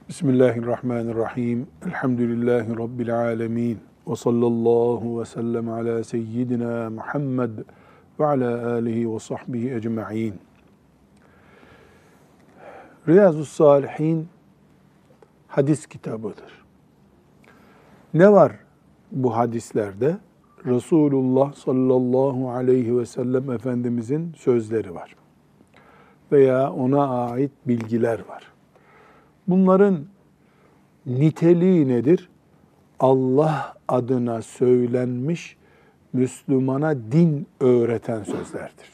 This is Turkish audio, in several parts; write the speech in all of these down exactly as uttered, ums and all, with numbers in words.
Bismillahirrahmanirrahim. Elhamdülillahi Rabbil alemin. Ve sallallahu ve sellem ala seyyidina Muhammed ve ala alihi ve sahbihi ecma'in. Riyazu's-Salihin hadis kitabıdır. Ne var bu hadislerde? Resulullah sallallahu aleyhi ve sellem Efendimizin sözleri var. Veya ona ait bilgiler var. Bunların niteliği nedir? Allah adına söylenmiş, Müslümana din öğreten sözlerdir.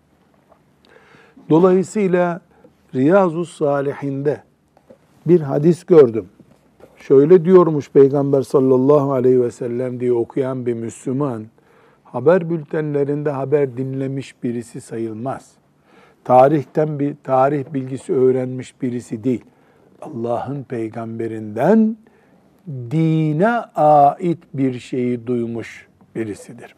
Dolayısıyla Riyazu's-Salihinde bir hadis gördüm. Şöyle diyormuş Peygamber sallallahu aleyhi ve sellem diye okuyan bir Müslüman, haber bültenlerinde haber dinlemiş birisi sayılmaz. Tarihten bir tarih bilgisi öğrenmiş birisi değil. Allah'ın peygamberinden dine ait bir şeyi duymuş birisidir.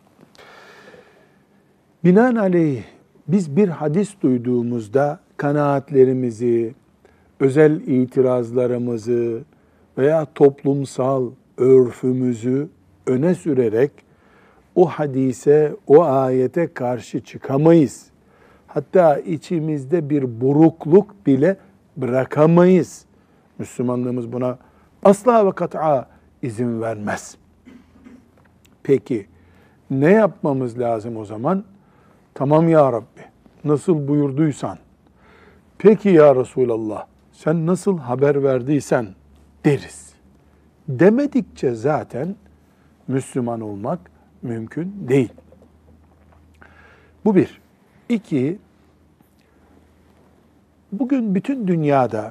Binaenaleyh biz bir hadis duyduğumuzda kanaatlerimizi, özel itirazlarımızı veya toplumsal örfümüzü öne sürerek o hadise, o ayete karşı çıkamayız. Hatta içimizde bir burukluk bile bırakamayız. Müslümanlığımız buna asla ve kat'a izin vermez. Peki ne yapmamız lazım o zaman? Tamam ya Rabbi, nasıl buyurduysan, peki ya Resulallah, sen nasıl haber verdiysen deriz. Demedikçe zaten Müslüman olmak mümkün değil. Bu bir. İki, bugün bütün dünyada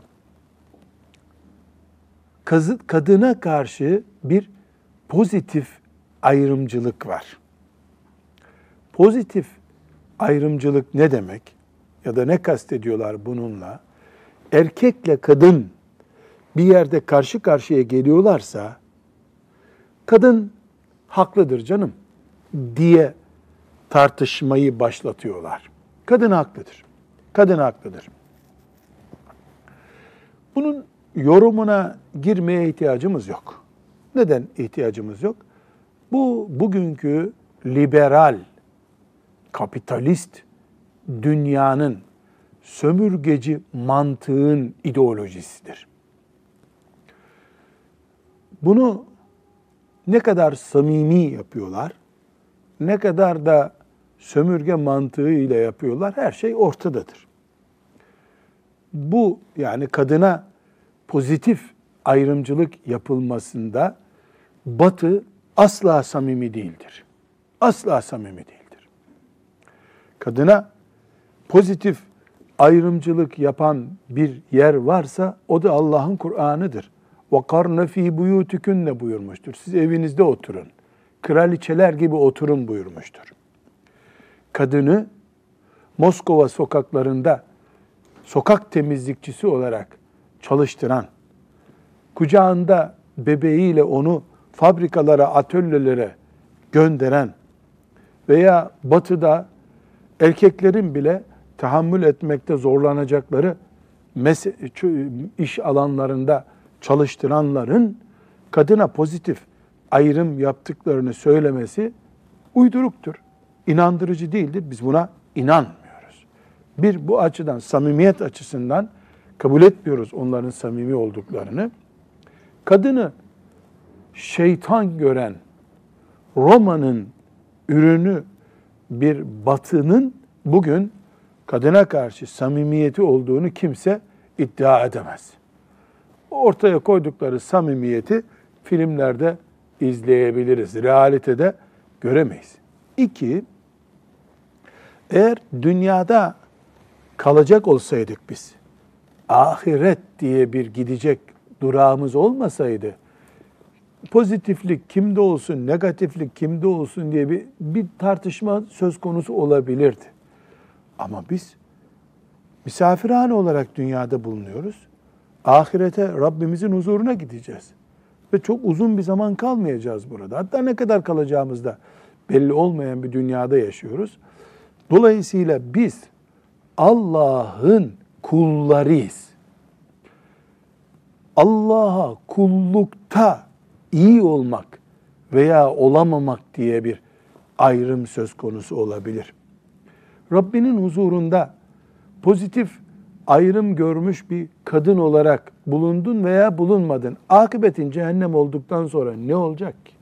kadına karşı bir pozitif ayrımcılık var. Pozitif ayrımcılık ne demek? Ya da ne kastediyorlar bununla? Erkekle kadın bir yerde karşı karşıya geliyorlarsa, kadın haklıdır canım diye tartışmayı başlatıyorlar. Kadın haklıdır. Kadın haklıdır. Bunun yorumuna girmeye ihtiyacımız yok. Neden ihtiyacımız yok? Bu bugünkü liberal, kapitalist dünyanın sömürgeci mantığın ideolojisidir. Bunu ne kadar samimi yapıyorlar, ne kadar da sömürge mantığı ile yapıyorlar, her şey ortadadır. Bu yani kadına pozitif ayrımcılık yapılmasında Batı asla samimi değildir. Asla samimi değildir. Kadına pozitif ayrımcılık yapan bir yer varsa o da Allah'ın Kur'an'ıdır. وَقَرْنَ ف۪ي بُيُوتِكُنَّ buyurmuştur. Siz evinizde oturun. Kraliçeler gibi oturun buyurmuştur. Kadını Moskova sokaklarında sokak temizlikçisi olarak çalıştıran, kucağında bebeğiyle onu fabrikalara, atölyelere gönderen veya Batı'da erkeklerin bile tahammül etmekte zorlanacakları iş alanlarında çalıştıranların kadına pozitif ayrım yaptıklarını söylemesi uyduruktur. İnandırıcı değildir. Biz buna inanmıyoruz. Bir, bu açıdan, samimiyet açısından kabul etmiyoruz onların samimi olduklarını. Kadını şeytan gören Roma'nın ürünü bir Batı'nın bugün kadına karşı samimiyeti olduğunu kimse iddia edemez. Ortaya koydukları samimiyeti filmlerde izleyebiliriz. Realitede göremeyiz. İki, eğer dünyada kalacak olsaydık biz, ahiret diye bir gidecek durağımız olmasaydı, pozitiflik kimde olsun, negatiflik kimde olsun diye bir, bir tartışma söz konusu olabilirdi. Ama biz misafirhane olarak dünyada bulunuyoruz. Ahirete, Rabbimizin huzuruna gideceğiz. Ve çok uzun bir zaman kalmayacağız burada. Hatta ne kadar kalacağımız da belli olmayan bir dünyada yaşıyoruz. Dolayısıyla biz Allah'ın kullarıyız. Allah'a kullukta iyi olmak veya olamamak diye bir ayrım söz konusu olabilir. Rabbinin huzurunda pozitif ayrım görmüş bir kadın olarak bulundun veya bulunmadın. Akıbetin cehennem olduktan sonra ne olacak ki?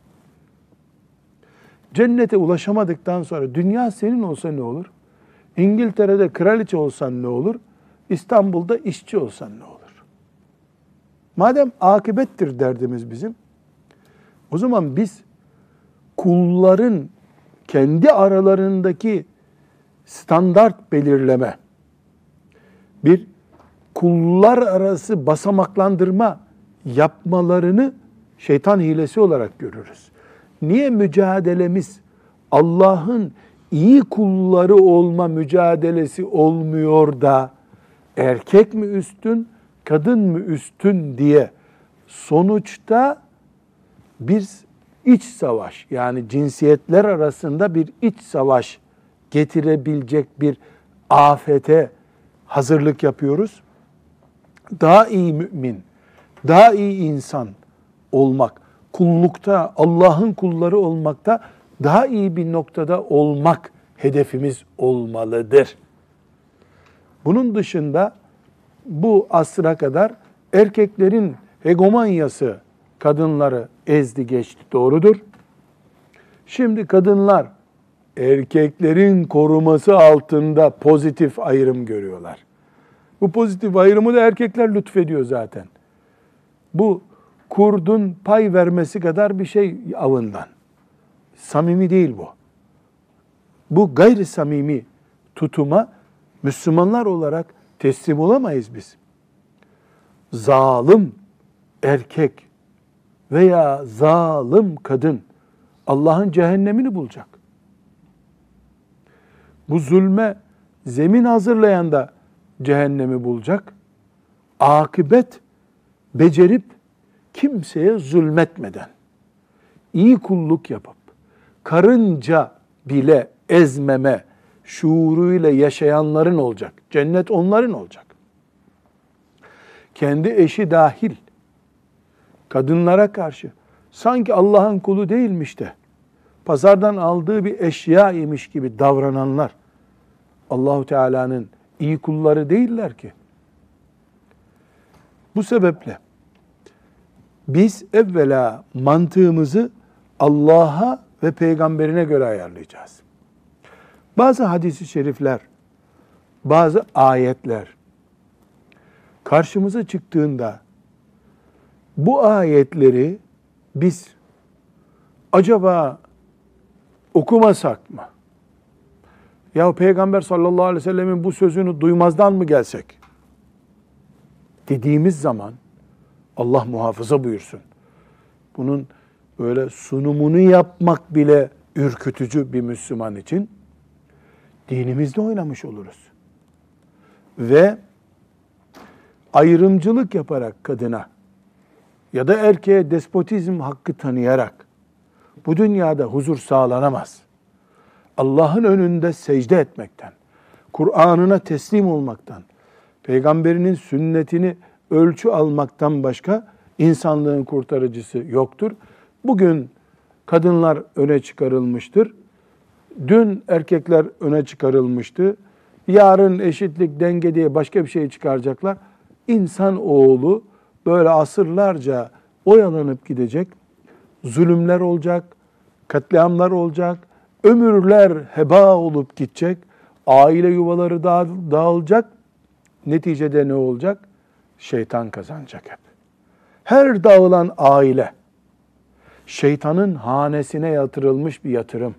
Cennete ulaşamadıktan sonra dünya senin olsa ne olur? İngiltere'de kraliçe olsan ne olur? İstanbul'da işçi olsan ne olur? Madem akıbettir derdimiz bizim, o zaman biz kulların kendi aralarındaki standart belirleme, bir kullar arası basamaklandırma yapmalarını şeytan hilesi olarak görürüz. Niye mücadelemiz Allah'ın iyi kulları olma mücadelesi olmuyor da erkek mi üstün, kadın mı üstün diye sonuçta bir iç savaş, yani cinsiyetler arasında bir iç savaş getirebilecek bir afete hazırlık yapıyoruz. Daha iyi mümin, daha iyi insan olmak, kullukta, Allah'ın kulları olmakta daha iyi bir noktada olmak hedefimiz olmalıdır. Bunun dışında bu asra kadar erkeklerin hegemonyası kadınları ezdi geçti, doğrudur. Şimdi kadınlar erkeklerin koruması altında pozitif ayrım görüyorlar. Bu pozitif ayrımı da erkekler lütfediyor zaten. Bu kurdun pay vermesi kadar bir şey avından. Samimi değil bu. Bu gayri samimi tutuma Müslümanlar olarak teslim olamayız biz. Zalim erkek veya zalim kadın Allah'ın cehennemini bulacak. Bu zulme zemin hazırlayan da cehennemi bulacak. Akıbet becerip kimseye zulmetmeden, iyi kulluk yapıp, karınca bile ezmeme şuuruyla yaşayanların olacak. Cennet onların olacak. Kendi eşi dahil kadınlara karşı sanki Allah'ın kulu değilmiş de pazardan aldığı bir eşya imiş gibi davrananlar Allahu Teala'nın iyi kulları değiller ki. Bu sebeple biz evvela mantığımızı Allah'a ve peygamberine göre ayarlayacağız. Bazı hadis-i şerifler, bazı ayetler karşımıza çıktığında bu ayetleri biz acaba okumasak mı? Ya Peygamber sallallahu aleyhi ve sellemin bu sözünü duymazdan mı gelsek? Dediğimiz zaman Allah muhafaza buyursun. Bunun böyle sunumunu yapmak bile ürkütücü bir Müslüman için. Dinimizde oynamış oluruz. Ve ayrımcılık yaparak kadına ya da erkeğe despotizm hakkı tanıyarak bu dünyada huzur sağlanamaz. Allah'ın önünde secde etmekten, Kur'an'ına teslim olmaktan, Peygamberinin sünnetini ölçü almaktan başka insanlığın kurtarıcısı yoktur. Bugün kadınlar öne çıkarılmıştır. Dün erkekler öne çıkarılmıştı. Yarın eşitlik, denge diye başka bir şey çıkaracaklar. İnsan oğlu böyle asırlarca oyalanıp gidecek. Zulümler olacak, katliamlar olacak, ömürler heba olup gidecek. Aile yuvaları dağılacak. Neticede ne olacak? Şeytan kazanacak hep. Her dağılan aile, şeytanın hanesine yatırılmış bir yatırım.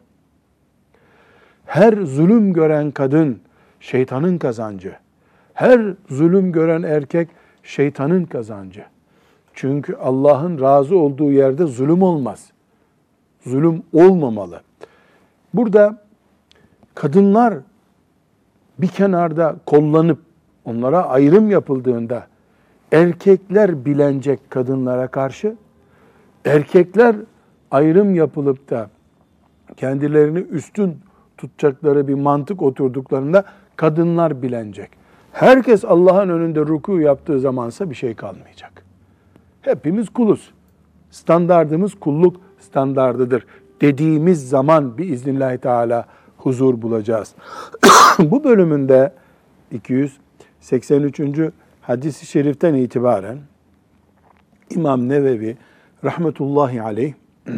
Her zulüm gören kadın, şeytanın kazancı. Her zulüm gören erkek, şeytanın kazancı. Çünkü Allah'ın razı olduğu yerde zulüm olmaz. Zulüm olmamalı. Burada kadınlar bir kenarda kollanıp onlara ayrım yapıldığında erkekler bilenecek kadınlara karşı, erkekler ayrım yapılıp da kendilerini üstün tutacakları bir mantık oturduklarında kadınlar bilenecek. Herkes Allah'ın önünde ruku yaptığı zamansa bir şey kalmayacak. Hepimiz kuluz. Standardımız kulluk standardıdır dediğimiz zaman biiznillahü teala huzur bulacağız. Bu bölümünde iki yüz seksen üçüncü hadis-i şeriften itibaren İmam Nevevi rahmetullahi aleyh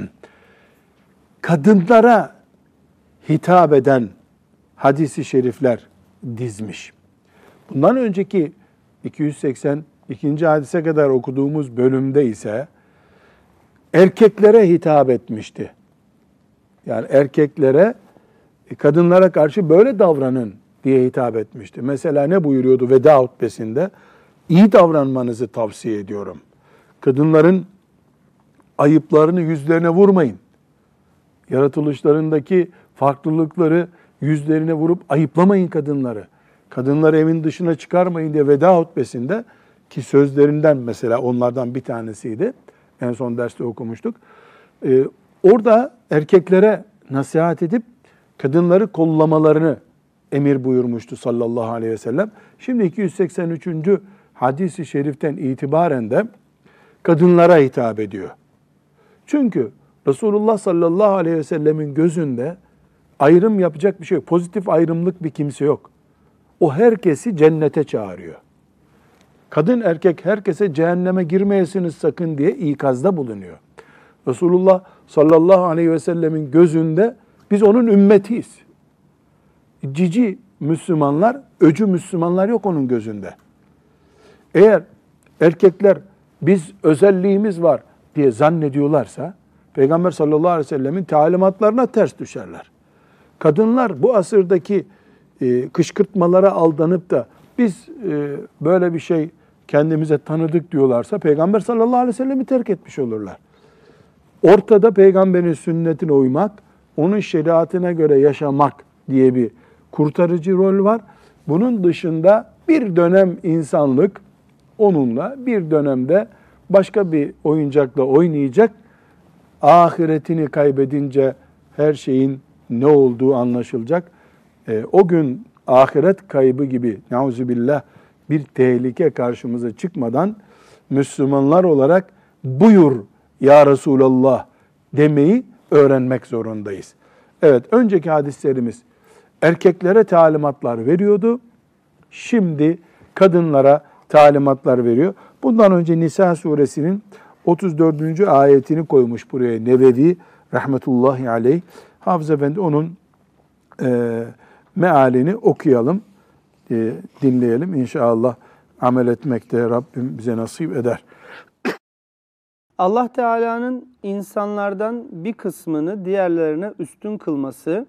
kadınlara hitap eden hadis-i şerifler dizmiş. Bundan önceki iki yüz seksen ikinci hadise kadar okuduğumuz bölümde ise erkeklere hitap etmişti. Yani erkeklere, kadınlara karşı böyle davranın diye hitap etmişti. Mesela ne buyuruyordu veda hutbesinde? İyi davranmanızı tavsiye ediyorum. Kadınların ayıplarını yüzlerine vurmayın. Yaratılışlarındaki farklılıkları yüzlerine vurup ayıplamayın kadınları. Kadınları evin dışına çıkarmayın diye veda hutbesinde, ki sözlerinden mesela onlardan bir tanesiydi. En son derste okumuştuk. Ee, orada erkeklere nasihat edip kadınları kollamalarını emir buyurmuştu sallallahu aleyhi ve sellem. Şimdi iki yüz seksen üçüncü hadis-i şeriften itibaren de kadınlara hitap ediyor. Çünkü Resulullah sallallahu aleyhi ve sellemin gözünde ayrım yapacak bir şey yok. Pozitif ayrımlık bir kimse yok. O herkesi cennete çağırıyor. Kadın erkek herkese cehenneme girmeyesiniz sakın diye ikazda bulunuyor. Resulullah sallallahu aleyhi ve sellemin gözünde biz onun ümmetiyiz. Cici Müslümanlar, öcü Müslümanlar yok onun gözünde. Eğer erkekler biz özelliğimiz var diye zannediyorlarsa Peygamber sallallahu aleyhi ve sellemin talimatlarına ters düşerler. Kadınlar bu asırdaki e, kışkırtmalara aldanıp da biz e, böyle bir şey kendimize tanıdık diyorlarsa Peygamber sallallahu aleyhi ve sellemi terk etmiş olurlar. Ortada Peygamberin sünnetine uymak, onun şeriatına göre yaşamak diye bir kurtarıcı rol var. Bunun dışında bir dönem insanlık onunla, bir dönemde başka bir oyuncakla oynayacak. Ahiretini kaybedince her şeyin ne olduğu anlaşılacak. E, o gün ahiret kaybı gibi neuzubillah bir tehlike karşımıza çıkmadan Müslümanlar olarak buyur ya Resulallah demeyi öğrenmek zorundayız. Evet, önceki hadislerimiz erkeklere talimatlar veriyordu. Şimdi kadınlara talimatlar veriyor. Bundan önce Nisa suresinin otuz dördüncü ayetini koymuş buraya Nevevi rahmetullahi aleyh. Hafız Efendi onun e, mealini okuyalım, e, dinleyelim. İnşallah amel etmekte Rabbim bize nasip eder. Allah Teala'nın insanlardan bir kısmını diğerlerine üstün kılması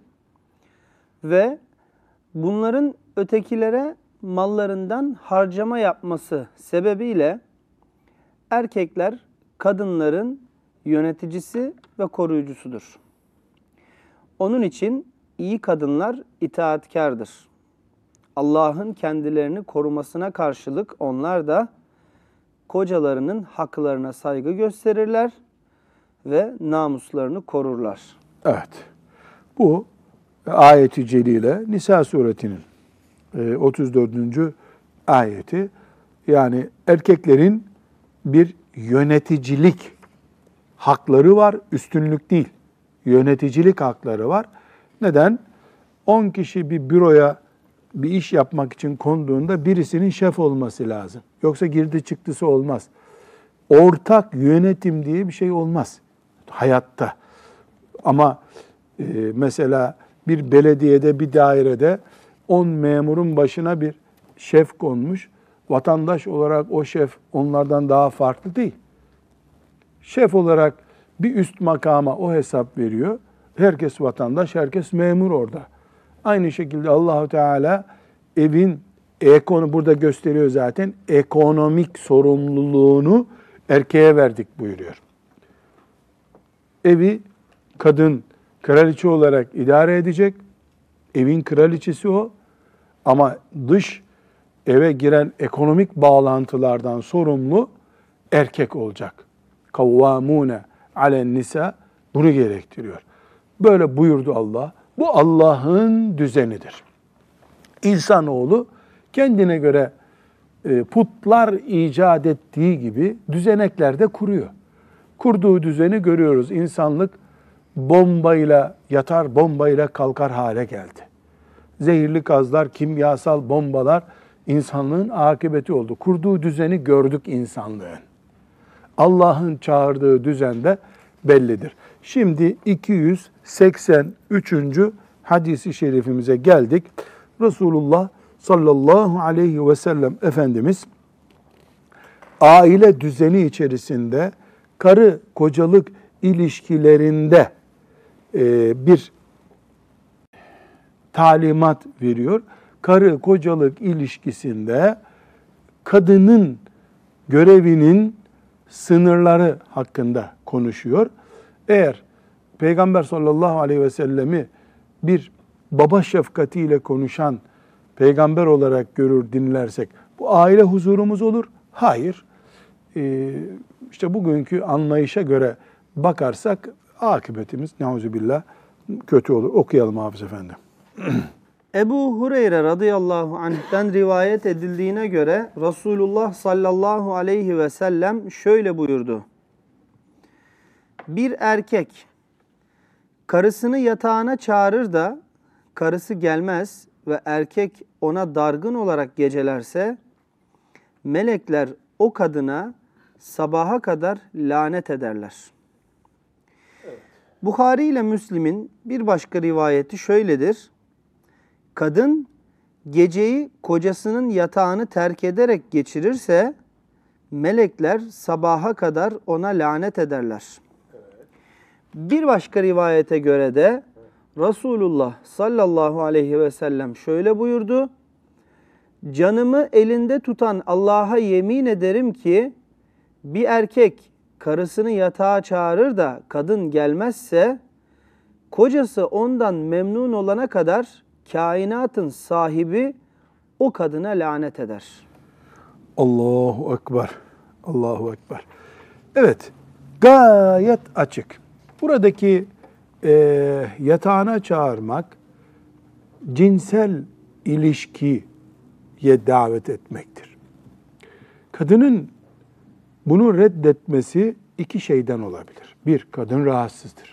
ve bunların ötekilere mallarından harcama yapması sebebiyle erkekler kadınların yöneticisi ve koruyucusudur. Onun için iyi kadınlar itaatkardır. Allah'ın kendilerini korumasına karşılık onlar da kocalarının haklarına saygı gösterirler ve namuslarını korurlar. Evet. Bu ayeti celile Nisa suretinin otuz dördüncü ayeti. Yani erkeklerin bir yöneticilik hakları var, üstünlük değil. Yöneticilik hakları var. Neden? on kişi bir büroya bir iş yapmak için konduğunda birisinin şef olması lazım. Yoksa girdi çıktısı olmaz. Ortak yönetim diye bir şey olmaz hayatta. Ama e, mesela bir belediyede, bir dairede on memurun başına bir şef konmuş. Vatandaş olarak o şef onlardan daha farklı değil. Şef olarak bir üst makama o hesap veriyor. Herkes vatandaş, herkes memur orada. Aynı şekilde Allahu Teala evin ekonu burada gösteriyor zaten. Ekonomik sorumluluğunu erkeğe verdik buyuruyor. Evi kadın kraliçe olarak idare edecek. Evin kraliçesi o. Ama dış eve giren ekonomik bağlantılardan sorumlu erkek olacak. Kavvamune alen nisa bunu gerektiriyor. Böyle buyurdu Allah. Bu Allah'ın düzenidir. İnsanoğlu kendine göre e, putlar icat ettiği gibi düzenekler de kuruyor. Kurduğu düzeni görüyoruz. İnsanlık bombayla yatar, bombayla kalkar hale geldi. Zehirli gazlar, kimyasal bombalar insanlığın akıbeti oldu. Kurduğu düzeni gördük insanlığın. Allah'ın çağırdığı düzen de bellidir. Şimdi iki yüz seksen üçüncü hadisi şerifimize geldik. Resulullah sallallahu aleyhi ve sellem Efendimiz aile düzeni içerisinde karı kocalık ilişkilerinde e, bir talimat veriyor. Karı kocalık ilişkisinde kadının görevinin sınırları hakkında konuşuyor. Eğer Peygamber sallallahu aleyhi ve sellemi bir baba şefkatiyle konuşan peygamber olarak görür, dinlersek bu aile huzurumuz olur. Hayır. Ee, işte bugünkü anlayışa göre bakarsak akıbetimiz neuzubillah kötü olur. Okuyalım Hafız Efendi. Ebu Hureyre radıyallahu anh'ten rivayet edildiğine göre Resulullah sallallahu aleyhi ve sellem şöyle buyurdu. Bir erkek karısını yatağına çağırır da karısı gelmez ve erkek ona dargın olarak gecelerse melekler o kadına sabaha kadar lanet ederler. Evet. Buhari ile Müslim'in bir başka rivayeti şöyledir. Kadın geceyi kocasının yatağını terk ederek geçirirse melekler sabaha kadar ona lanet ederler. Evet. Bir başka rivayete göre de Resulullah sallallahu aleyhi ve sellem şöyle buyurdu. Canımı elinde tutan Allah'a yemin ederim ki bir erkek karısını yatağa çağırır da kadın gelmezse kocası ondan memnun olana kadar kainatın sahibi o kadına lanet eder. Allahu Ekber. Allahu Ekber. Evet, gayet açık. Buradaki e, yatağına çağırmak, cinsel ilişkiye davet etmektir. Kadının bunu reddetmesi iki şeyden olabilir. Bir, kadın rahatsızdır.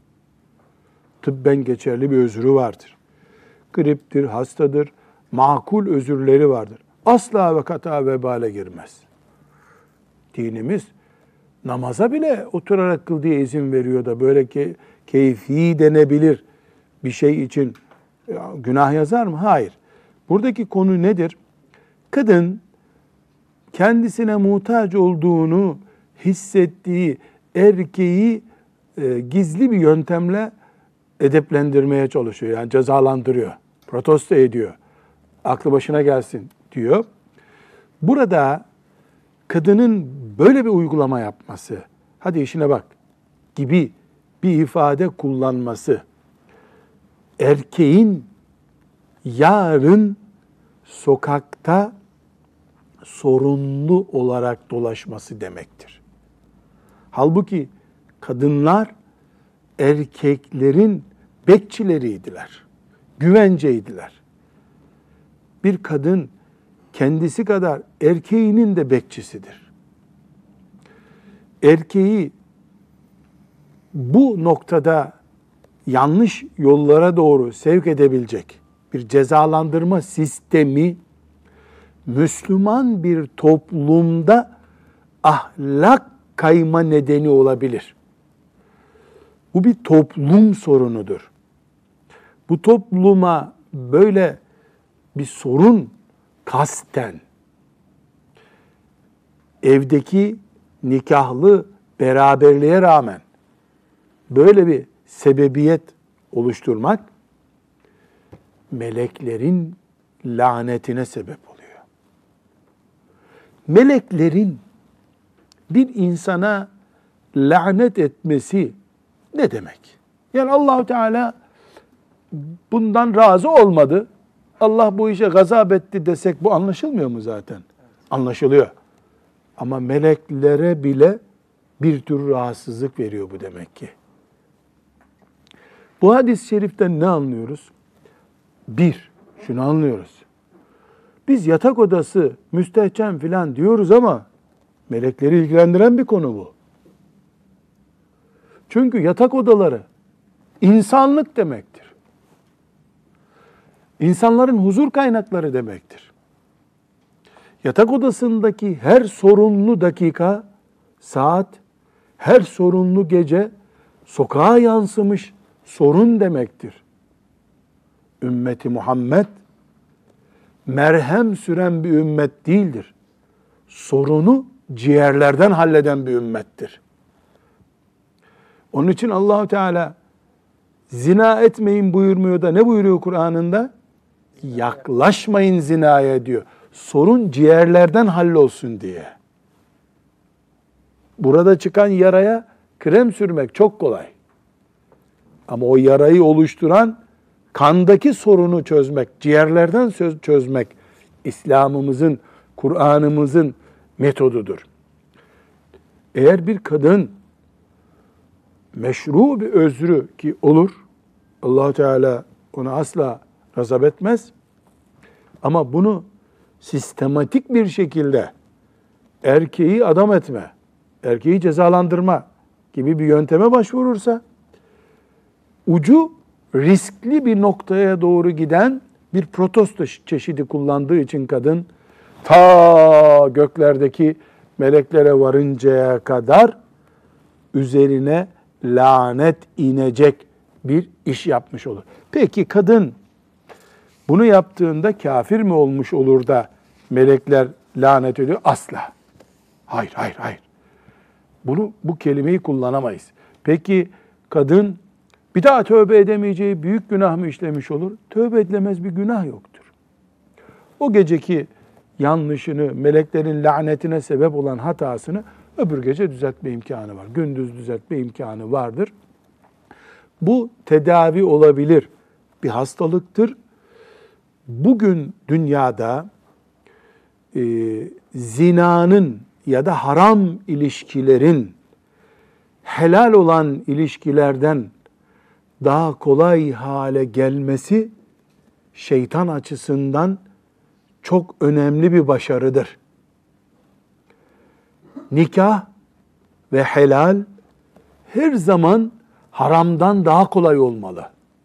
Tıbben geçerli bir özrü vardır. Griptir, hastadır, makul özürleri vardır. Asla ve kata vebale girmez. Dinimiz namaza bile oturarak kıl diye izin veriyor da böyle ki keyfi denebilir bir şey için günah yazar mı? Hayır. Buradaki konu nedir? Kadın kendisine muhtaç olduğunu hissettiği erkeği e, gizli bir yöntemle edeplendirmeye çalışıyor. Yani cezalandırıyor, protesto ediyor. Aklı başına gelsin diyor. Burada kadının böyle bir uygulama yapması, hadi işine bak gibi bir ifade kullanması, erkeğin yarın sokakta sorunlu olarak dolaşması demektir. Halbuki kadınlar erkeklerin bekçileriydiler, güvenceydiler. Bir kadın kendisi kadar erkeğinin de bekçisidir. Erkeği bu noktada yanlış yollara doğru sevk edebilecek bir cezalandırma sistemi Müslüman bir toplumda ahlak kayma nedeni olabilir. Bu bir toplum sorunudur. Bu topluma böyle bir sorun kasten evdeki nikahlı beraberliğe rağmen böyle bir sebebiyet oluşturmak meleklerin lanetine sebep oluyor. Meleklerin bir insana lanet etmesi ne demek? Yani Allah-u Teala bundan razı olmadı. Allah bu işe gazap etti desek bu anlaşılmıyor mu zaten? Evet. Anlaşılıyor. Ama meleklere bile bir tür rahatsızlık veriyor bu demek ki. Bu hadis-i şeriften ne anlıyoruz? Bir, şunu anlıyoruz. Biz yatak odası müstehcen filan diyoruz ama melekleri ilgilendiren bir konu bu. Çünkü yatak odaları insanlık demektir. İnsanların huzur kaynakları demektir. Yatak odasındaki her sorunlu dakika, saat, her sorunlu gece sokağa yansımış sorun demektir. Ümmeti Muhammed merhem süren bir ümmet değildir. Sorunu ciğerlerden halleden bir ümmettir. Onun için Allahu Teala zina etmeyin buyurmuyor da ne buyuruyor Kur'an'ında? Yaklaşmayın zinaya diyor. Sorun ciğerlerden hallolsun diye. Burada çıkan yaraya krem sürmek çok kolay. Ama o yarayı oluşturan kandaki sorunu çözmek, ciğerlerden çözmek İslam'ımızın, Kur'an'ımızın metodudur. Eğer bir kadın meşru bir özrü ki olur, Allah Teala onu asla gazap etmez. Ama bunu sistematik bir şekilde erkeği adam etme, erkeği cezalandırma gibi bir yönteme başvurursa, ucu riskli bir noktaya doğru giden bir protesto çeşidi kullandığı için kadın, ta göklerdeki meleklere varıncaya kadar üzerine lanet inecek bir iş yapmış olur. Peki kadın bunu yaptığında kafir mi olmuş olur da melekler lanet ediyor? Asla. Hayır, hayır, hayır. Bunu, bu kelimeyi kullanamayız. Peki kadın bir daha tövbe edemeyeceği büyük günah mı işlemiş olur? Tövbe edilemez bir günah yoktur. O geceki yanlışını, meleklerin lanetine sebep olan hatasını öbür gece düzeltme imkanı var. Gündüz düzeltme imkanı vardır. Bu tedavi olabilir bir hastalıktır. Bugün dünyada e, zinanın ya da haram ilişkilerin helal olan ilişkilerden daha kolay hale gelmesi şeytan açısından çok önemli bir başarıdır. Nikah ve helal her zaman haramdan daha kolay olmalı.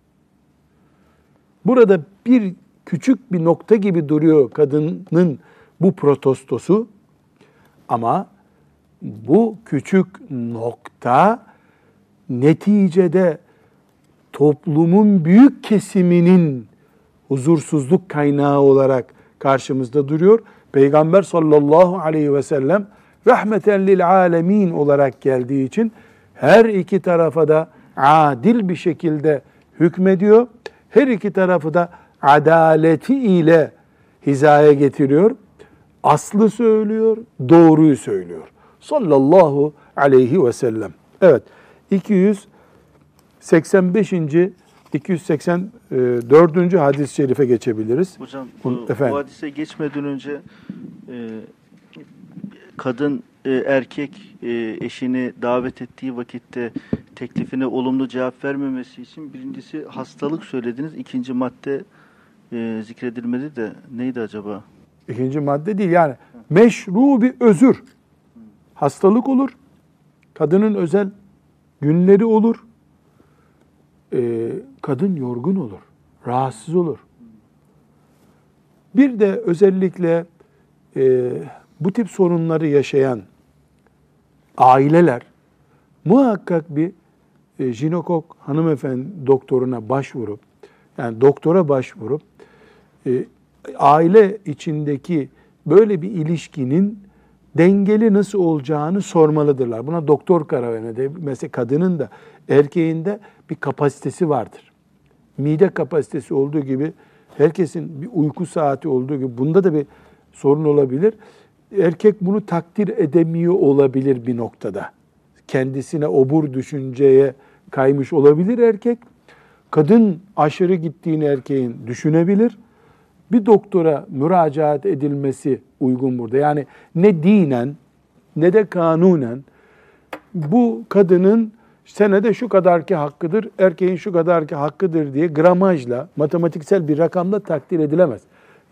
Burada bir küçük bir nokta gibi duruyor kadının bu protestosu ama bu küçük nokta neticede toplumun büyük kesiminin huzursuzluk kaynağı olarak karşımızda duruyor. Peygamber sallallahu aleyhi ve sellem rahmeten lil alemin olarak geldiği için her iki tarafa da adil bir şekilde hükmediyor. Her iki tarafı da adaleti ile hizaya getiriyor. Aslı söylüyor, doğruyu söylüyor. Sallallahu aleyhi ve sellem. Evet, iki yüz seksen beşinci iki yüz seksen dördüncü hadis-i şerife geçebiliriz. Hocam bu, bu hadise geçmeden önce e, kadın e, erkek e, eşini davet ettiği vakitte teklifine olumlu cevap vermemesi için birincisi hastalık söylediniz. İkinci madde e, zikredilmedi de neydi acaba? İkinci madde değil yani meşru bir özür. Hastalık olur, kadının özel günleri olur, e, kadın yorgun olur, rahatsız olur. Bir de özellikle e, bu tip sorunları yaşayan aileler muhakkak bir e, jinekok hanımefendi doktoruna başvurup, yani doktora başvurup e, aile içindeki böyle bir ilişkinin dengeli nasıl olacağını sormalıdırlar. Buna doktor karar verir. Mesela kadının da erkeğin de bir kapasitesi vardır. Mide kapasitesi olduğu gibi herkesin bir uyku saati olduğu gibi bunda da bir sorun olabilir. Erkek bunu takdir edemiyor olabilir bir noktada. Kendisine obur düşünceye kaymış olabilir erkek. Kadın aşırı gittiğini erkeğin düşünebilir. Bir doktora müracaat edilmesi uygun burada. Yani ne dinen ne de kanunen bu kadının senede şu kadarki hakkıdır, erkeğin şu kadarki hakkıdır diye gramajla, matematiksel bir rakamla takdir edilemez.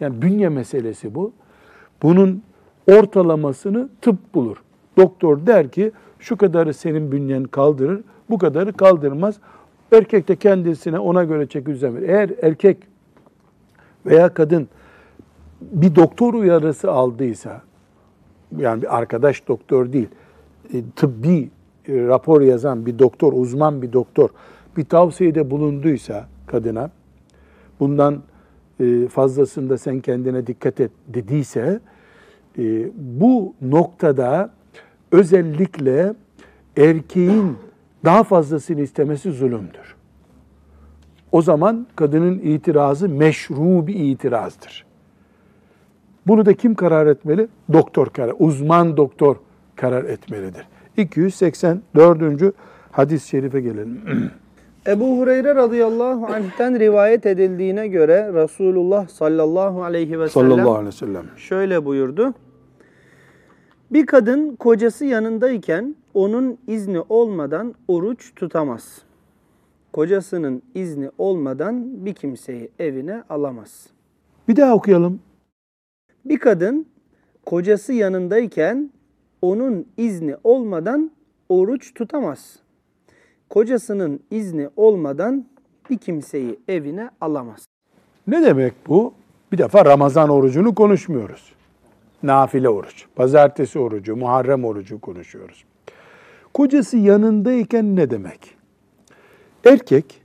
Yani bünye meselesi bu. Bunun ortalamasını tıp bulur. Doktor der ki şu kadarı senin bünyen kaldırır, bu kadarı kaldırmaz. Erkek de kendisine ona göre çeki düzen verir. Eğer erkek veya kadın bir doktor uyarısı aldıysa, yani bir arkadaş doktor değil, tıbbi rapor yazan bir doktor, uzman bir doktor bir tavsiyede bulunduysa kadına, bundan fazlasında sen kendine dikkat et dediyse, bu noktada özellikle erkeğin daha fazlasını istemesi zulümdür. O zaman kadının itirazı meşru bir itirazdır. Bunu da kim karar etmeli? Doktor karar, uzman doktor karar etmelidir. iki yüz seksen dördüncü hadis-i şerife gelelim. Ebu Hureyre radıyallahu anh'ten rivayet edildiğine göre Resulullah sallallahu aleyhi ve sellem, sallallahu aleyhi ve sellem şöyle buyurdu. Bir kadın kocası yanındayken onun izni olmadan oruç tutamaz. Kocasının izni olmadan bir kimseyi evine alamaz. Bir daha okuyalım. Bir kadın kocası yanındayken onun izni olmadan oruç tutamaz. Kocasının izni olmadan bir kimseyi evine alamaz. Ne demek bu? Bir defa Ramazan orucunu konuşmuyoruz. Nafile oruç, pazartesi orucu, Muharrem orucu konuşuyoruz. Kocası yanındayken ne demek? Erkek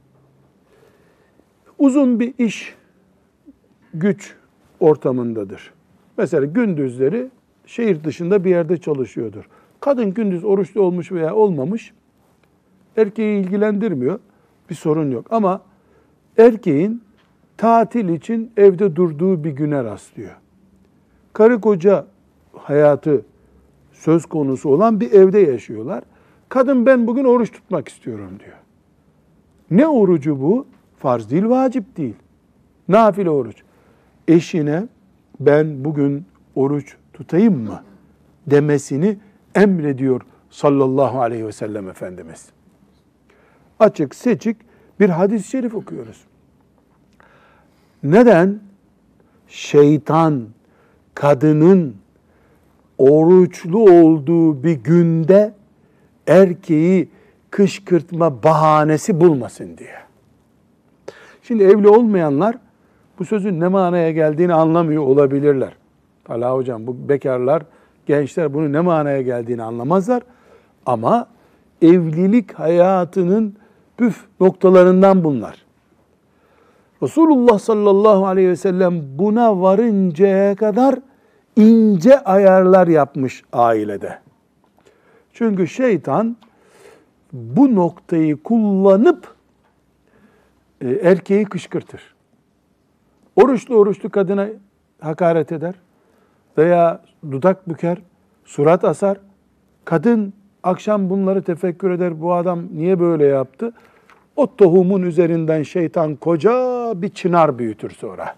uzun bir iş, güç ortamındadır. Mesela gündüzleri şehir dışında bir yerde çalışıyordur. Kadın gündüz oruçlu olmuş veya olmamış, erkeği ilgilendirmiyor. Bir sorun yok. Ama erkeğin tatil için evde durduğu bir güne rastlıyor. Karı koca hayatı söz konusu olan bir evde yaşıyorlar. Kadın ben bugün oruç tutmak istiyorum diyor. Ne orucu bu? Farz değil, vacip değil. Nafile oruç. Eşine ben bugün oruç tutayım mı demesini emrediyor sallallahu aleyhi ve sellem Efendimiz. Açık seçik bir hadis-i şerif okuyoruz. Neden? Şeytan kadının oruçlu olduğu bir günde erkeği kışkırtma bahanesi bulmasın diye. Şimdi evli olmayanlar bu sözün ne manaya geldiğini anlamıyor olabilirler. Talha hocam, bu bekarlar, gençler bunu ne manaya geldiğini anlamazlar. Ama evlilik hayatının püf noktalarından bunlar. Resulullah sallallahu aleyhi ve sellem buna varıncaya kadar ince ayarlar yapmış ailede. Çünkü şeytan bu noktayı kullanıp e, erkeği kışkırtır. Oruçlu oruçlu kadına hakaret eder veya dudak büker, surat asar. Kadın akşam bunları tefekkür eder, bu adam niye böyle yaptı? O tohumun üzerinden şeytan koca bir çınar büyütür sonra.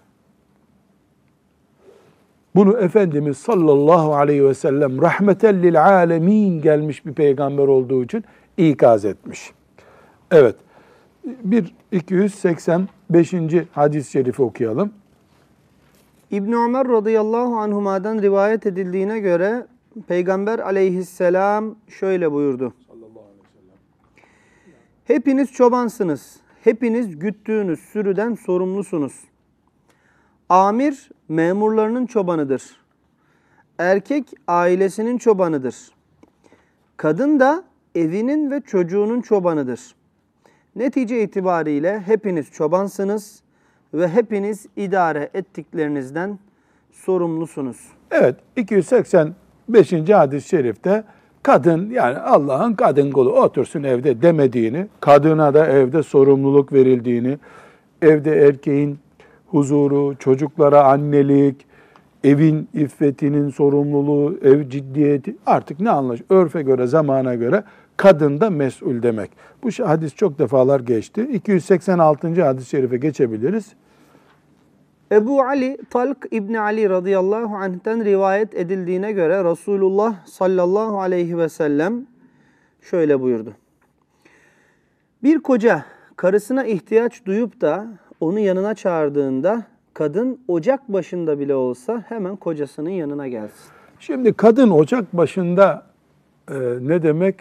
Bunu Efendimiz sallallahu aleyhi ve sellem rahmeten lil alemin gelmiş bir peygamber olduğu için ikaz etmiş. Evet, bir iki yüz seksen beşinci hadis-i şerifi okuyalım. İbn Ömer radıyallahu anhuma'dan rivayet edildiğine göre Peygamber aleyhisselam şöyle buyurdu. Hepiniz çobansınız. Hepiniz güttüğünüz sürüden sorumlusunuz. Amir memurlarının çobanıdır. Erkek ailesinin çobanıdır. Kadın da evinin ve çocuğunun çobanıdır. Netice itibariyle hepiniz çobansınız ve hepiniz idare ettiklerinizden sorumlusunuz. Evet, iki yüz seksen beşinci hadis-i şerifte kadın, yani Allah'ın kadın kulu otursun evde demediğini, kadına da evde sorumluluk verildiğini, evde erkeğin huzuru, çocuklara annelik, evin iffetinin sorumluluğu, ev ciddiyeti, artık ne anlaş, örfe göre, zamana göre kadın da mesul demek. Bu hadis çok defalar geçti. iki yüz seksen altıncı hadis-i şerife geçebiliriz. Ebu Ali, Talk İbni Ali radıyallahu anh'ten rivayet edildiğine göre Resulullah sallallahu aleyhi ve sellem şöyle buyurdu. Bir koca karısına ihtiyaç duyup da onu yanına çağırdığında kadın ocak başında bile olsa hemen kocasının yanına gelsin. Şimdi kadın ocak başında e, ne demek?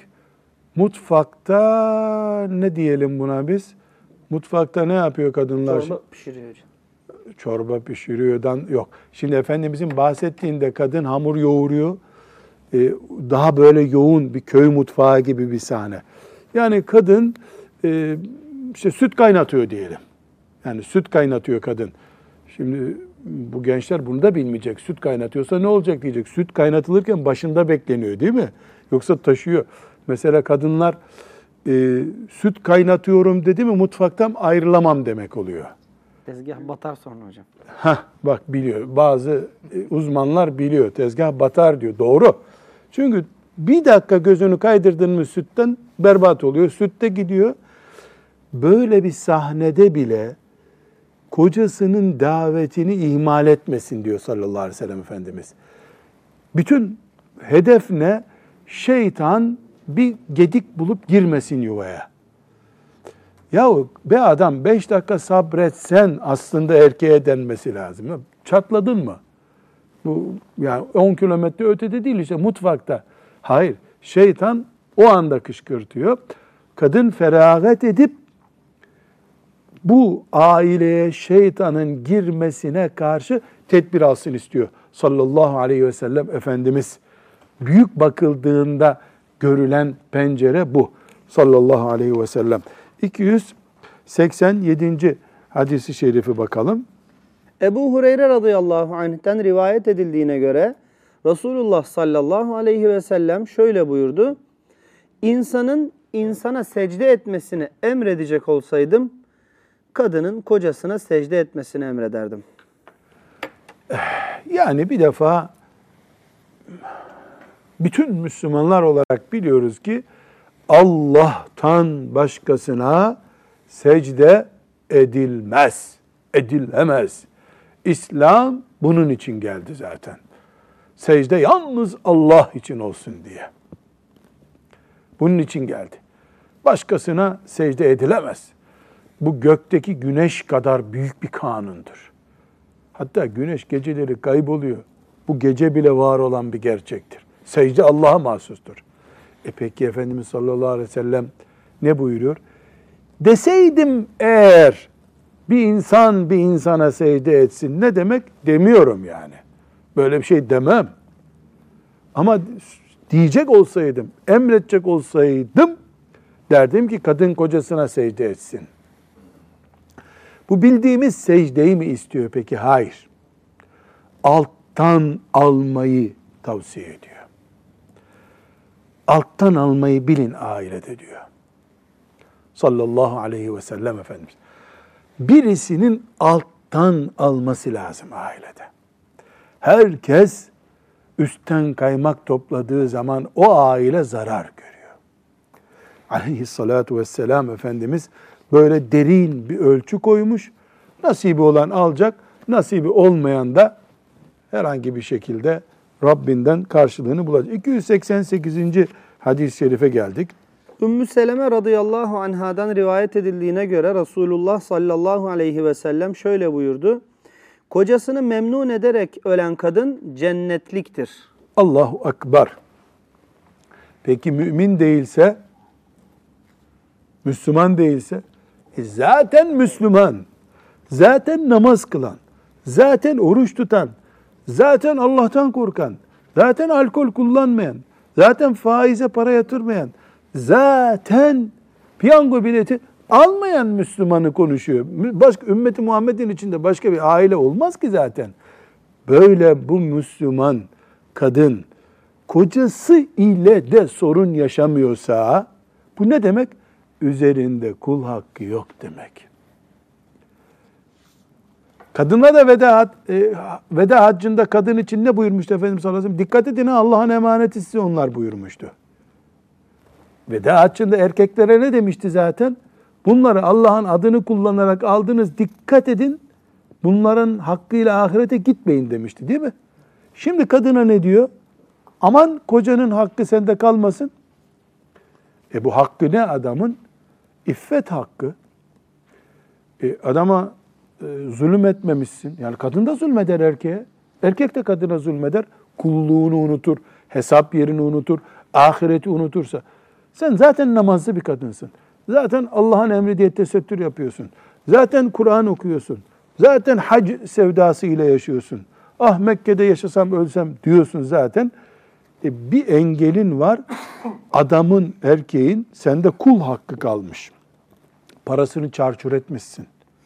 Mutfakta ne diyelim buna biz? Mutfakta ne yapıyor kadınlar? Çorba pişiriyor hocam. Çorba pişiriyordan yok. Şimdi Efendimizin bahsettiğinde kadın hamur yoğuruyor. Ee, daha böyle yoğun bir köy mutfağı gibi bir sahne. Yani kadın e, işte süt kaynatıyor diyelim. Yani süt kaynatıyor kadın. Şimdi bu gençler bunu da bilmeyecek. Süt kaynatıyorsa ne olacak diyecek. Süt kaynatılırken başında bekleniyor değil mi? Yoksa taşıyor. Mesela kadınlar e, süt kaynatıyorum dedi mi mutfaktan ayrılamam demek oluyor. Tezgah batar sonra hocam. Hah bak biliyor. Bazı uzmanlar biliyor. Tezgah batar diyor. Doğru. Çünkü bir dakika gözünü kaydırdın mı sütten berbat oluyor. Süt de gidiyor. Böyle bir sahnede bile kocasının davetini ihmal etmesin diyor sallallahu aleyhi ve sellem Efendimiz. Bütün hedef ne? Şeytan bir gedik bulup girmesin yuvaya. Yahu be adam beş dakika sabretsen aslında erkeğe denmesi lazım. Çatladın mı? Bu yani on kilometre ötede değil işte mutfakta. Hayır. Şeytan o anda kışkırtıyor. Kadın feragat edip bu aileye şeytanın girmesine karşı tedbir alsın istiyor. Sallallahu aleyhi ve sellem Efendimiz. Büyük bakıldığında görülen pencere bu. Sallallahu aleyhi ve sellem. iki yüz seksen yedinci hadisi şerifi bakalım. Ebu Hureyre radıyallahu anh'ten rivayet edildiğine göre Resulullah sallallahu aleyhi ve sellem şöyle buyurdu. İnsanın insana secde etmesini emredecek olsaydım, kadının kocasına secde etmesini emrederdim. Yani bir defa bütün Müslümanlar olarak biliyoruz ki Allah'tan başkasına secde edilmez, edilemez. İslam bunun için geldi zaten. Secde yalnız Allah için olsun diye. Bunun için geldi. Başkasına secde edilemez. Bu gökteki güneş kadar büyük bir kanundur. Hatta güneş geceleri kayboluyor. Bu gece bile var olan bir gerçektir. Secde Allah'a mahsustur. E peki Efendimiz sallallahu aleyhi ve sellem ne buyuruyor? Deseydim eğer bir insan bir insana secde etsin ne demek? Demiyorum yani. Böyle bir şey demem. Ama diyecek olsaydım, emredecek olsaydım derdim ki kadın kocasına secde etsin. Bu bildiğimiz secdeyi mi istiyor peki? Hayır. Alttan almayı tavsiye ediyor. Alttan almayı bilin ailede diyor. Sallallahu aleyhi ve sellem Efendimiz. Birisinin alttan alması lazım ailede. Herkes üstten kaymak topladığı zaman o aile zarar görüyor. Aleyhissalatu vesselam Efendimiz böyle derin bir ölçü koymuş. Nasibi olan alacak, nasibi olmayan da herhangi bir şekilde Rabbinden karşılığını bulacak. iki yüz seksen sekizinci hadis-i şerife geldik. Ümmü Seleme radıyallahu anhadan rivayet edildiğine göre Resulullah sallallahu aleyhi ve sellem şöyle buyurdu. Kocasını memnun ederek ölen kadın cennetliktir. Allahu Ekber. Peki mümin değilse, Müslüman değilse, e zaten Müslüman, zaten namaz kılan, zaten oruç tutan, zaten Allah'tan korkan, zaten alkol kullanmayan, zaten faize para yatırmayan, zaten piyango bileti almayan Müslümanı konuşuyor. Başka ümmeti Muhammed'in içinde başka bir aile olmaz ki zaten. Böyle bu Müslüman kadın kocası ile de sorun yaşamıyorsa bu ne demek? Üzerinde kul hakkı yok demek. Kadına da veda, e, veda haccında kadın için ne buyurmuştu Efendimiz sallallahu aleyhi ve sellem? Dikkat edin Allah'ın emaneti size onlar buyurmuştu. Veda haccında erkeklere ne demişti zaten? Bunları Allah'ın adını kullanarak aldınız, dikkat edin. Bunların hakkıyla ahirete gitmeyin demişti değil mi? Şimdi kadına ne diyor? Aman kocanın hakkı sende kalmasın. E bu hakkı ne adamın? İffet hakkı. E adama e, zulüm etmemişsin. Yani kadın da zulmeder erkeğe. Erkek de kadına zulmeder. Kulluğunu unutur, hesap yerini unutur, ahireti unutursa. Sen zaten namazlı bir kadınsın. Zaten Allah'ın emri diye tesettür yapıyorsun. Zaten Kur'an okuyorsun. Zaten hac sevdası ile yaşıyorsun. Ah Mekke'de yaşasam ölsem diyorsun zaten. E, bir engelin var. Adamın, erkeğin sende kul hakkı kalmış. Parasını çarçur etmişsin.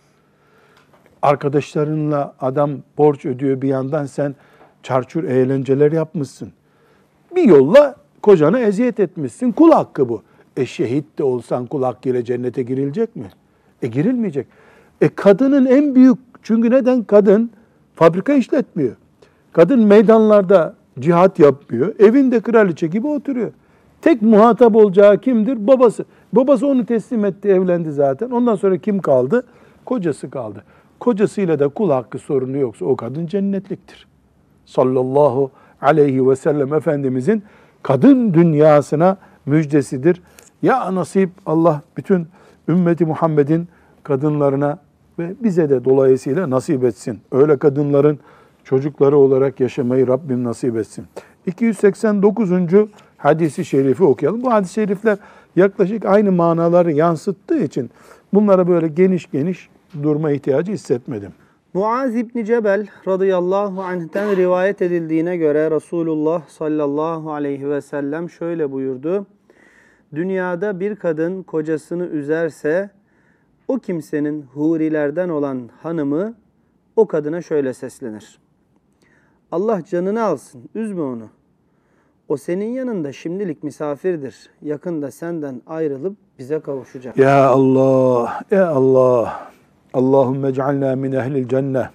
Arkadaşlarınla adam borç ödüyor bir yandan, sen çarçur eğlenceler yapmışsın. Bir yolla kocana eziyet etmişsin. Kul hakkı bu. E şehit de olsan kul hakkıyla cennete girilecek mi? E girilmeyecek. E kadının en büyük, çünkü neden? Kadın fabrika işletmiyor. Kadın meydanlarda cihat yapmıyor. Evinde kraliçe gibi oturuyor. Tek muhatap olacağı kimdir? Babası. Babası onu teslim etti, evlendi zaten. Ondan sonra kim kaldı? Kocası kaldı. Kocasıyla da kul hakkı sorunu yoksa o kadın cennetliktir. Sallallahu aleyhi ve sellem Efendimizin kadın dünyasına müjdesidir. Ya nasip Allah bütün ümmeti Muhammed'in kadınlarına ve bize de dolayısıyla nasip etsin. Öyle kadınların çocukları olarak yaşamayı Rabbim nasip etsin. iki yüz seksen dokuzuncu hadisi şerifi okuyalım. Bu hadis-i şerifler yaklaşık aynı manaları yansıttığı için bunlara böyle geniş geniş durma ihtiyacı hissetmedim. Muaz İbni Cebel radıyallahu anh'ten rivayet edildiğine göre Resulullah sallallahu aleyhi ve sellem şöyle buyurdu. Dünyada bir kadın kocasını üzerse o kimsenin hurilerden olan hanımı o kadına şöyle seslenir. Allah canını alsın, üzme onu. O senin yanında şimdilik misafirdir. Yakında senden ayrılıp bize kavuşacak. Ya Allah, ya Allah. Allahümme ec'alna min ehlil cenneh.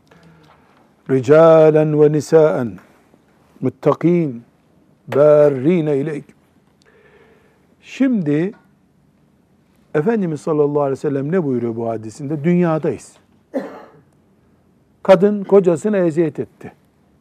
Ricalen ve nisaen. Muttaqin. Berrine ileyk. Şimdi Efendimiz sallallahu aleyhi ve sellem ne buyuruyor bu hadisinde? Dünyadayız. Kadın kocasına eziyet etti.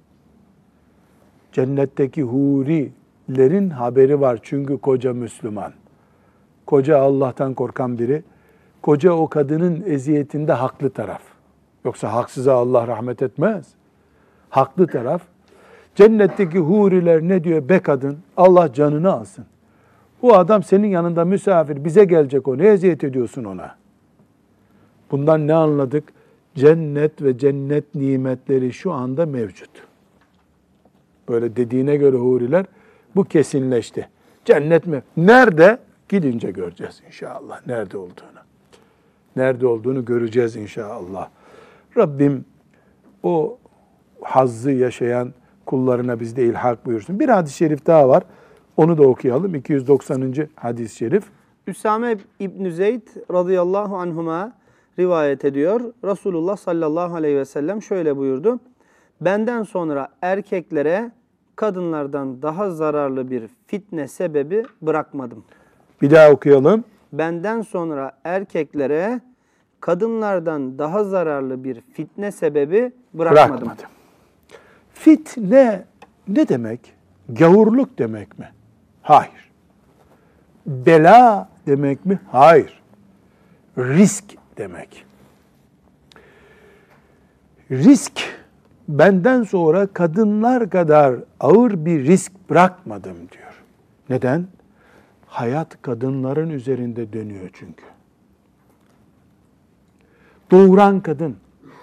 Cennetteki hurilerin haberi var çünkü koca Müslüman. Koca Allah'tan korkan biri. Koca o kadının eziyetinde haklı taraf. Yoksa haksıza Allah rahmet etmez. Haklı taraf. Cennetteki huriler ne diyor? Be kadın, Allah canını alsın. Bu adam senin yanında misafir, bize gelecek o. Ne eziyet ediyorsun ona? Bundan ne anladık? Cennet ve cennet nimetleri şu anda mevcut. Böyle dediğine göre huriler bu kesinleşti. Cennet mi? Nerede? Gidince göreceğiz inşallah nerede olduğunu. Nerede olduğunu göreceğiz inşallah. Rabbim o hazzı yaşayan kullarına bizde ilhak buyursun. Bir hadis-i şerif daha var. Onu da okuyalım. iki yüz doksanıncı hadis-i şerif. Üsame İbn Zeyd radıyallahu anhuma rivayet ediyor. Resulullah sallallahu aleyhi ve sellem şöyle buyurdu. Benden sonra erkeklere kadınlardan daha zararlı bir fitne sebebi bırakmadım. Bir daha okuyalım. Benden sonra erkeklere kadınlardan daha zararlı bir fitne sebebi bırakmadım. Bırakmadım. Fitne ne demek? Gavurluk demek mi? Hayır. Bela demek mi? Hayır. Risk demek. Risk, benden sonra kadınlar kadar ağır bir risk bırakmadım diyor. Neden? Hayat kadınların üzerinde dönüyor çünkü. Doğuran kadın,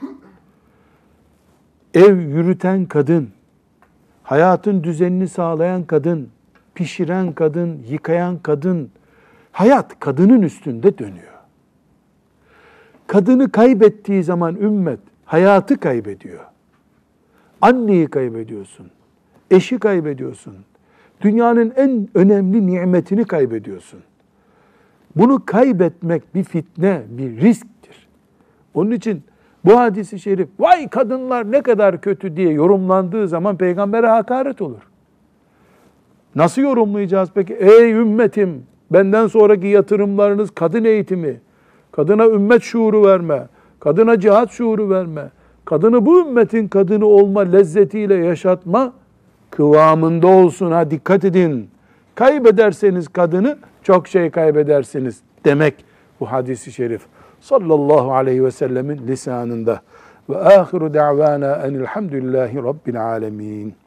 ev yürüten kadın, hayatın düzenini sağlayan kadın, pişiren kadın, yıkayan kadın, hayat kadının üstünde dönüyor. Kadını kaybettiği zaman ümmet hayatı kaybediyor. Anneyi kaybediyorsun, eşi kaybediyorsun, dünyanın en önemli nimetini kaybediyorsun. Bunu kaybetmek bir fitne, bir risktir. Onun için bu hadis-i şerif, vay kadınlar ne kadar kötü diye yorumlandığı zaman peygambere hakaret olur. Nasıl yorumlayacağız peki? Ey ümmetim, benden sonraki yatırımlarınız kadın eğitimi, kadına ümmet şuuru verme, kadına cihat şuuru verme, kadını bu ümmetin kadını olma lezzetiyle yaşatma kıvamında olsun, ha dikkat edin. Kaybederseniz kadını çok şey kaybedersiniz demek bu hadis-i şerif. sallallahu aleyhi ve sellemin lisanında. Ve ahiru da'vana enilhamdülillahi rabbil alemin.